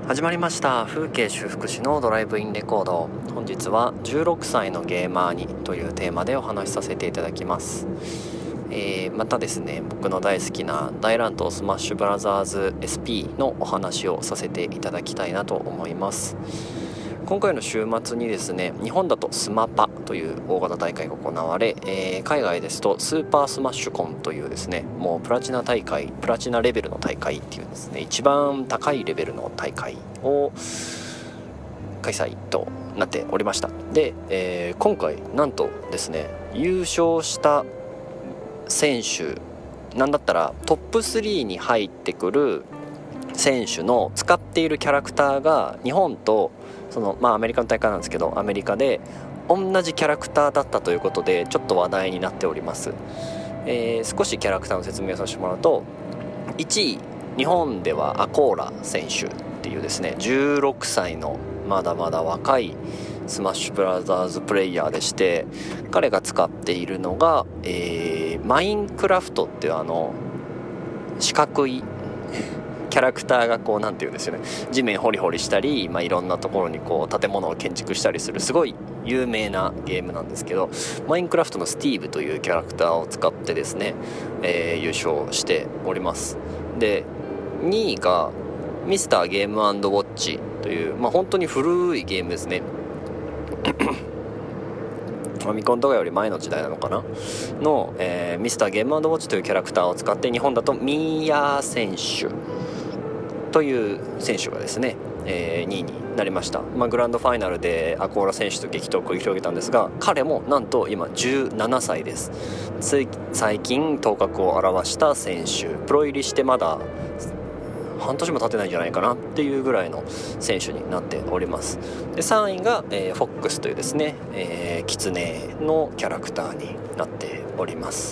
始まりました。風景修復師のドライブインレコード。本日は16歳のゲーマーにというテーマでお話しさせていただきます。またですね、僕の大好きな大乱闘スマッシュブラザーズ SP のお話をさせていただきたいなと思います。今回の週末にですね、日本だとスマパという大型大会が行われ、海外ですとスーパースマッシュコンというですね、もうプラチナレベルの大会っていうですね、一番高いレベルの大会を開催となっておりました。で、今回なんとですね、優勝した選手、なんだったらトップ3に入ってくる選手の使っているキャラクターが日本とアメリカの大会なんですけど、アメリカで同じキャラクターだったということでちょっと話題になっております。少しキャラクターの説明をさせてもらうと、1位日本ではアコーラ選手っていうですね、16歳のまだまだ若いスマッシュブラザーズプレイヤーでして、彼が使っているのが、マインクラフトっていう四角いキャラクターがこうなんていうんですよね、地面ホリホリしたり、いろんなところにこう建物を建築したりするすごい有名なゲームなんですけど、マインクラフトのスティーブというキャラクターを使ってですね、優勝しております。で、2位がミスターゲーム&ウォッチという、本当に古いゲームですね。ファミコンとかより前の時代なのかなの、ミスターゲーム&ウォッチというキャラクターを使って、日本だとミーヤー選手という選手がですね、2位になりました。グランドファイナルでアコーラ選手と激闘を繰り広げたんですが、彼もなんと今17歳です。最近頭角を現した選手、プロ入りしてまだ半年も経ってないんじゃないかなっていうぐらいの選手になっております。で、3位が、フォックスというですね、キツネのキャラクターになっております。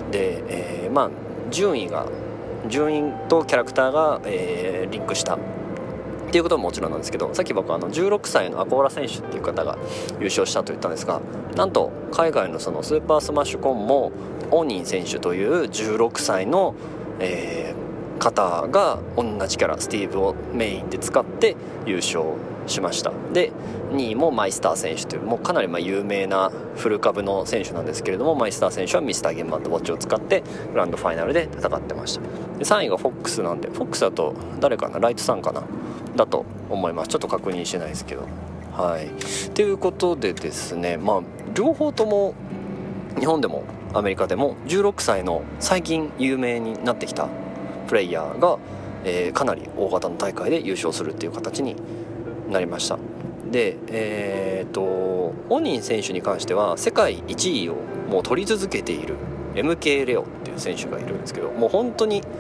で、順位とキャラクターが、リンクしたっていうことももちろんなんですけど、さっき僕16歳のアコーラ選手っていう方が優勝したと言ったんですが、なんと海外のそのスーパースマッシュコンもオニン選手という16歳の、方が同じキャラスティーブをメインで使って優勝しました。で、2位もマイスター選手というもうかなり有名なフル株の選手なんですけれども、マイスター選手はミスターゲーム&ウォッチを使ってグランドファイナルで戦ってました。で、3位がフォックスなんで、フォックスだと誰かな、ライトさんかなだと思います。ちょっと確認してないですけど、はいということでですね、両方とも日本でもアメリカでも16歳の最近有名になってきたプレイヤーが、かなり大型の大会で優勝するっていう形になりました。で、オニン選手に関しては世界1位をもう取り続けている MK レオっていう選手がいるんですけど、もう本当に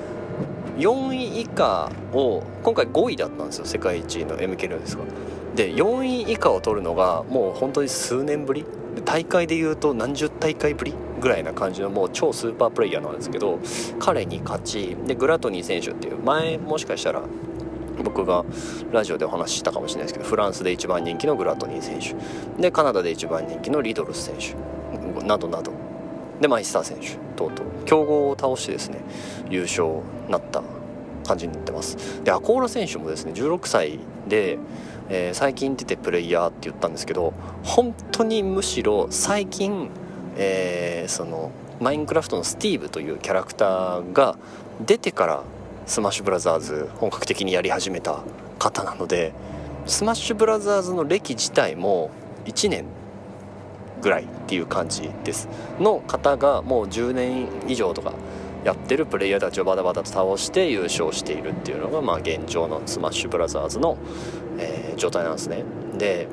4位以下を今回5位だったんですよ、世界1位の MK レオですが。で、4位以下を取るのがもう本当に数年ぶり、大会でいうと何十大会ぶりぐらいな感じのもう超スーパープレイヤーなんですけど、彼に勝ちで、グラトニー選手っていう、前もしかしたら僕がラジオでお話ししたかもしれないですけど、フランスで一番人気のグラトニー選手で、カナダで一番人気のリドルス選手などなどで、マイスター選手等々強豪を倒してですね、優勝になった感じになってます。で、アコーラ選手もですね16歳で、最近出てプレイヤーって言ったんですけど、本当にむしろ最近、そのマインクラフトのスティーブというキャラクターが出てからスマッシュブラザーズ本格的にやり始めた方なので、スマッシュブラザーズの歴自体も1年ぐらいっていう感じですの方が、もう10年以上とかやってるプレイヤーたちをバタバタと倒して優勝しているっていうのが現状のスマッシュブラザーズの、状態なんですね。で、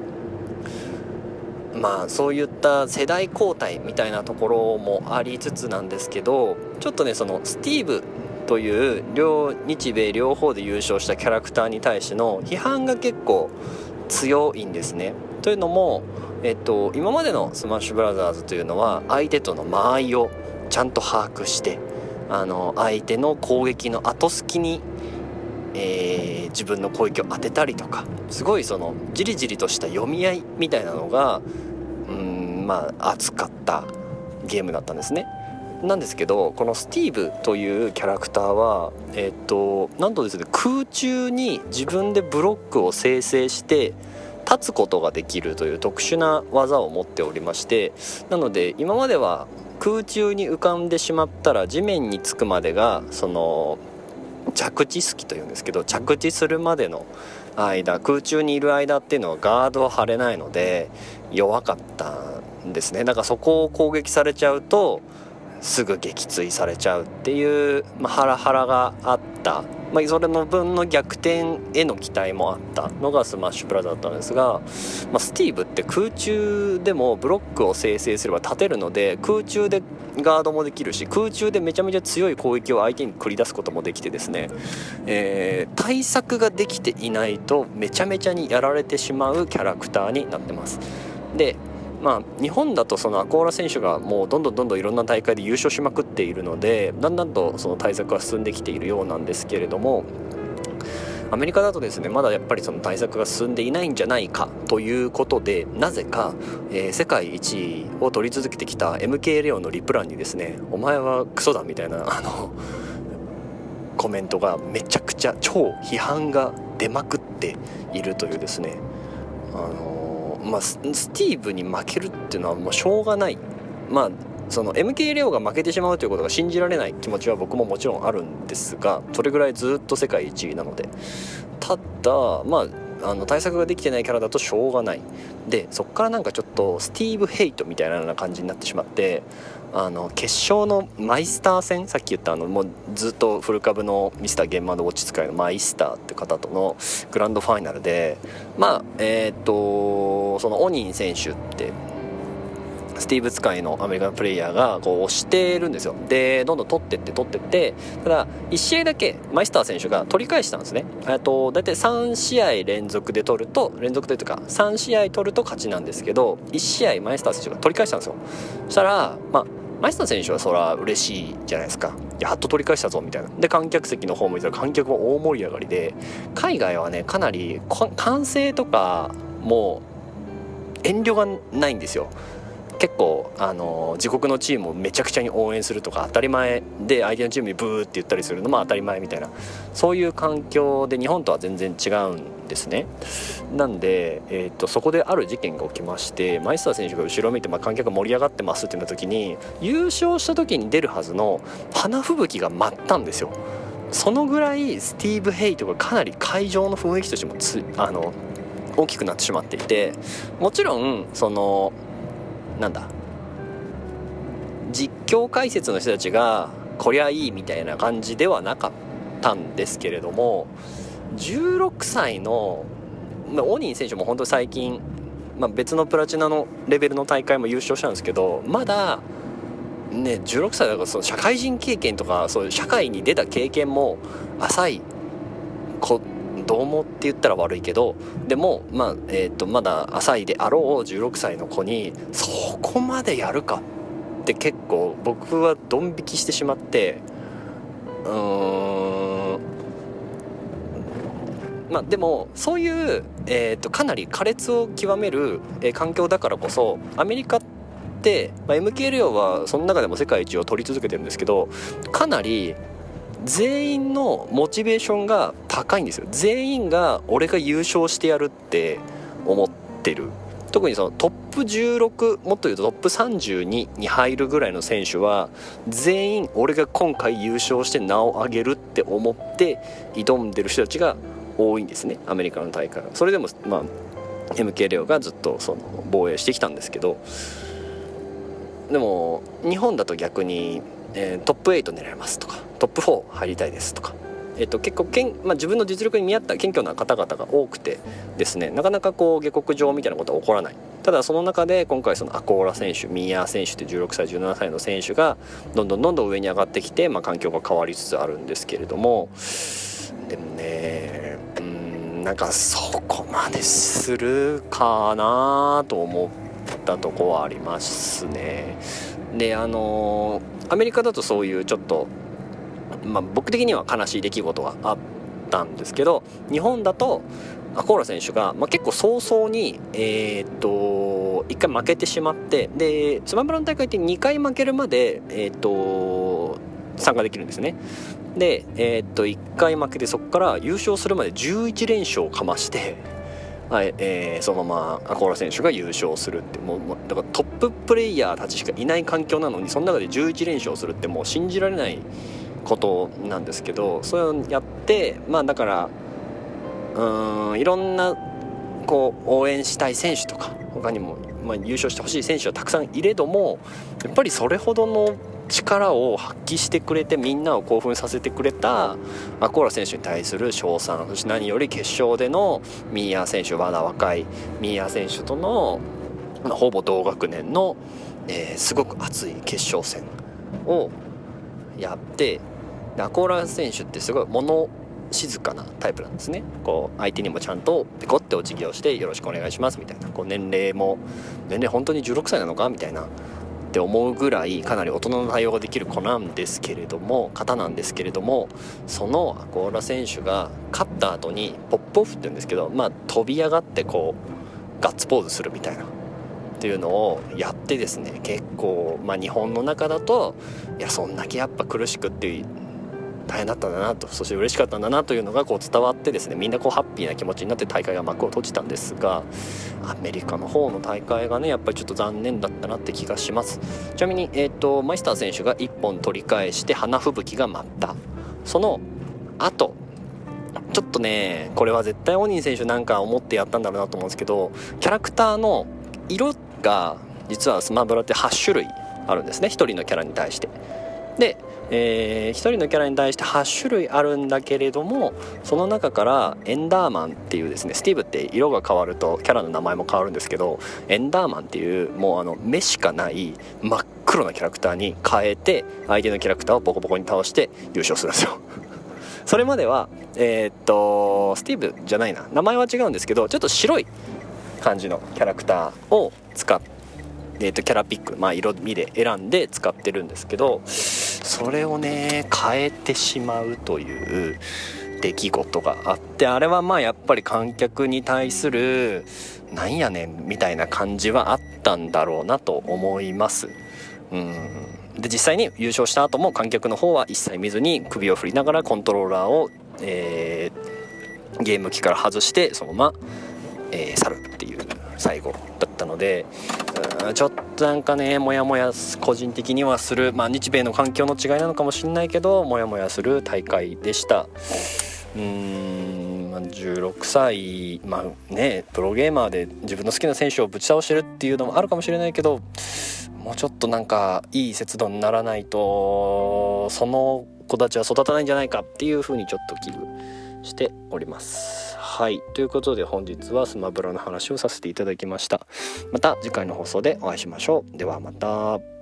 そういった世代交代みたいなところもありつつなんですけど、ちょっとね、そのスティーブという日米両方で優勝したキャラクターに対しての批判が結構強いんですね。というのも、今までのスマッシュブラザーズというのは相手との間合いをちゃんと把握して、相手の攻撃の後隙に、自分の攻撃を当てたりとか、すごいそのじりじりとした読み合いみたいなのが熱かったゲームだったんですね。 なんですけど、このスティーブというキャラクターはなんとですね、空中に自分でブロックを生成して立つことができるという特殊な技を持っておりまして、なので今までは空中に浮かんでしまったら地面につくまでがその着地隙というんですけど、着地するまでの間、空中にいる間っていうのはガードは張れないので弱かったんですね。だからそこを攻撃されちゃうとすぐ撃墜されちゃうっていう、ハラハラがあった、それの分の逆転への期待もあったのがスマッシュブラザーだったんですが、スティーブって空中でもブロックを生成すれば立てるので、空中でガードもできるし、空中でめちゃめちゃ強い攻撃を相手に繰り出すこともできてですね、対策ができていないとめちゃめちゃにやられてしまうキャラクターになってます。で日本だとそのアコーラ選手がもうどんどんいろんな大会で優勝しまくっているので、だんだんとその対策が進んできているようなんですけれども、アメリカだとですね、まだやっぱりその対策が進んでいないんじゃないかということで、なぜか、世界一位を取り続けてきた MK レオンのリプランにですね、お前はクソだみたいなコメントがめちゃくちゃ超批判が出まくっているというですね、スティーブに負けるっていうのはもうしょうがない、その MK レオが負けてしまうということが信じられない気持ちは僕ももちろんあるんですが、それぐらいずっと世界一位なので、ただ対策ができてないキャラだとしょうがない。でそっからなんかちょっとスティーブヘイトみたいな感じになってしまって、決勝のマイスター戦、さっき言ったもうずっとフル株のミスターゲームウォッチ使いのマイスターって方とのグランドファイナルで、そのオニン選手ってスティーブ使いのアメリカのプレイヤーがこう押してるんですよ。でどんどん取ってって、ただ1試合だけマイスター選手が取り返したんですね。だいたい3試合連続で取ると、連続というか3試合取ると勝ちなんですけど、1試合マイスター選手が取り返したんですよ。そしたらマイスター選手はそら嬉しいじゃないですか。やっと取り返したぞみたいな。で観客席の方向いたら観客も大盛り上がりで、海外はねかなり歓声とかもう遠慮がないんですよ。結構自国のチームをめちゃくちゃに応援するとか当たり前で、相手のチームにブーって言ったりするのも当たり前みたいな、そういう環境で日本とは全然違うんですね。なんで、そこである事件が起きまして、マイスター選手が後ろを見て、観客が盛り上がってますって言った時に、優勝した時に出るはずの花吹雪が舞ったんですよ。そのぐらいスティーブ・ヘイトがかなり会場の雰囲気としても大きくなってしまっていて、もちろんその実況解説の人たちがこりゃいいみたいな感じではなかったんですけれども、16歳のオニン選手も本当に最近、別のプラチナのレベルの大会も優勝したんですけど、まだね16歳だから、その社会人経験とかそういう社会に出た経験も浅い子供って言ったら悪いけど、でもまだ浅いであろう16歳の子にそこまでやるかって結構僕はドン引きしてしまって、でもそういう、かなり苛烈を極める、環境だからこそ、アメリカって、MK レオはその中でも世界一を取り続けてるんですけど、かなり全員のモチベーションが高いんですよ。全員が俺が優勝してやるって思ってる。特にそのトップ16、もっと言うとトップ32に入るぐらいの選手は全員俺が今回優勝して名を上げるって思って挑んでる人たちが多いんですね、アメリカの大会は。それでもMK レオがずっとその防衛してきたんですけど、でも日本だと逆にトップ8狙いますとか、トップ4入りたいですとか、結構自分の実力に見合った謙虚な方々が多くてですね、なかなかこう下克上みたいなことは起こらない。ただその中で今回そのアコーラ選手、ミーヤー選手って16歳17歳の選手がどんどん上に上がってきて、環境が変わりつつあるんですけれども、でもねそこまでするかなと思ったとこはありますね。でアメリカだとそういうちょっと僕的には悲しい出来事があったんですけど、日本だとアコーラ選手が、結構早々に 1回負けてしまって、でスマブラの大会って2回負けるまで、参加できるんですね。で、1回負けてそこから優勝するまで11連勝をかまして、はい、そのままアコーラ選手が優勝するって、もうだからトッププレイヤーたちしかいない環境なのに、その中で11連勝するってもう信じられないことなんですけど、それをやって、まあだからいろんなこう応援したい選手とか他にも、優勝してほしい選手はたくさんいれども、やっぱりそれほどの力を発揮してくれてみんなを興奮させてくれたアコーラ選手に対する称賛、そして何より決勝でのミーア選手、まだ若いミーア選手とのほぼ同学年の、すごく熱い決勝戦をやって、アコーラ選手ってすごい物静かなタイプなんですね。こう相手にもちゃんとペコってお辞儀をしてよろしくお願いしますみたいな、こう年齢本当に16歳なのかみたいなって思うぐらいかなり大人の対応ができる方なんですけれども、そのアコーラ選手が勝った後にポップオフって言うんですけど、飛び上がってこうガッツポーズするみたいなっていうのをやってですね、結構日本の中だといやそんだけやっぱ苦しくって大変だったんだなと、そして嬉しかったんだなというのがこう伝わってですね、みんなこうハッピーな気持ちになって大会が幕を閉じたんですが、アメリカの方の大会がねやっぱりちょっと残念だったなって気がします。ちなみに、マイスター選手が1本取り返して花吹雪が舞った、その後ちょっとね、これは絶対オニー選手なんか思ってやったんだろうなと思うんですけど、キャラクターの色が実はスマブラって8種類あるんですね、1人のキャラに対して。で1人のキャラに対して8種類あるんだけれども、その中からエンダーマンっていうですね、スティーブって色が変わるとキャラの名前も変わるんですけど、エンダーマンっていうもう目しかない真っ黒なキャラクターに変えて相手のキャラクターをボコボコに倒して優勝するんですよそれまではスティーブじゃないな、名前は違うんですけど、ちょっと白い感じのキャラクターを使ってキャラピック、色味で選んで使ってるんですけど、それをね変えてしまうという出来事があって、あれはやっぱり観客に対するなんやねんみたいな感じはあったんだろうなと思います。で実際に優勝した後も観客の方は一切見ずに首を振りながらコントローラーを、ゲーム機から外してそのまま、去るっていう最後だったので、ちょっとなんかねモヤモヤ個人的にはする、日米の環境の違いなのかもしれないけどモヤモヤする大会でした。16歳プロゲーマーで自分の好きな選手をぶち倒してるっていうのもあるかもしれないけど、もうちょっとなんかいい節度にならないとその子たちは育たないんじゃないかっていうふうにちょっと危惧しております。はい、ということで本日はスマブラの話をさせていただきました。また次回の放送でお会いしましょう。ではまた。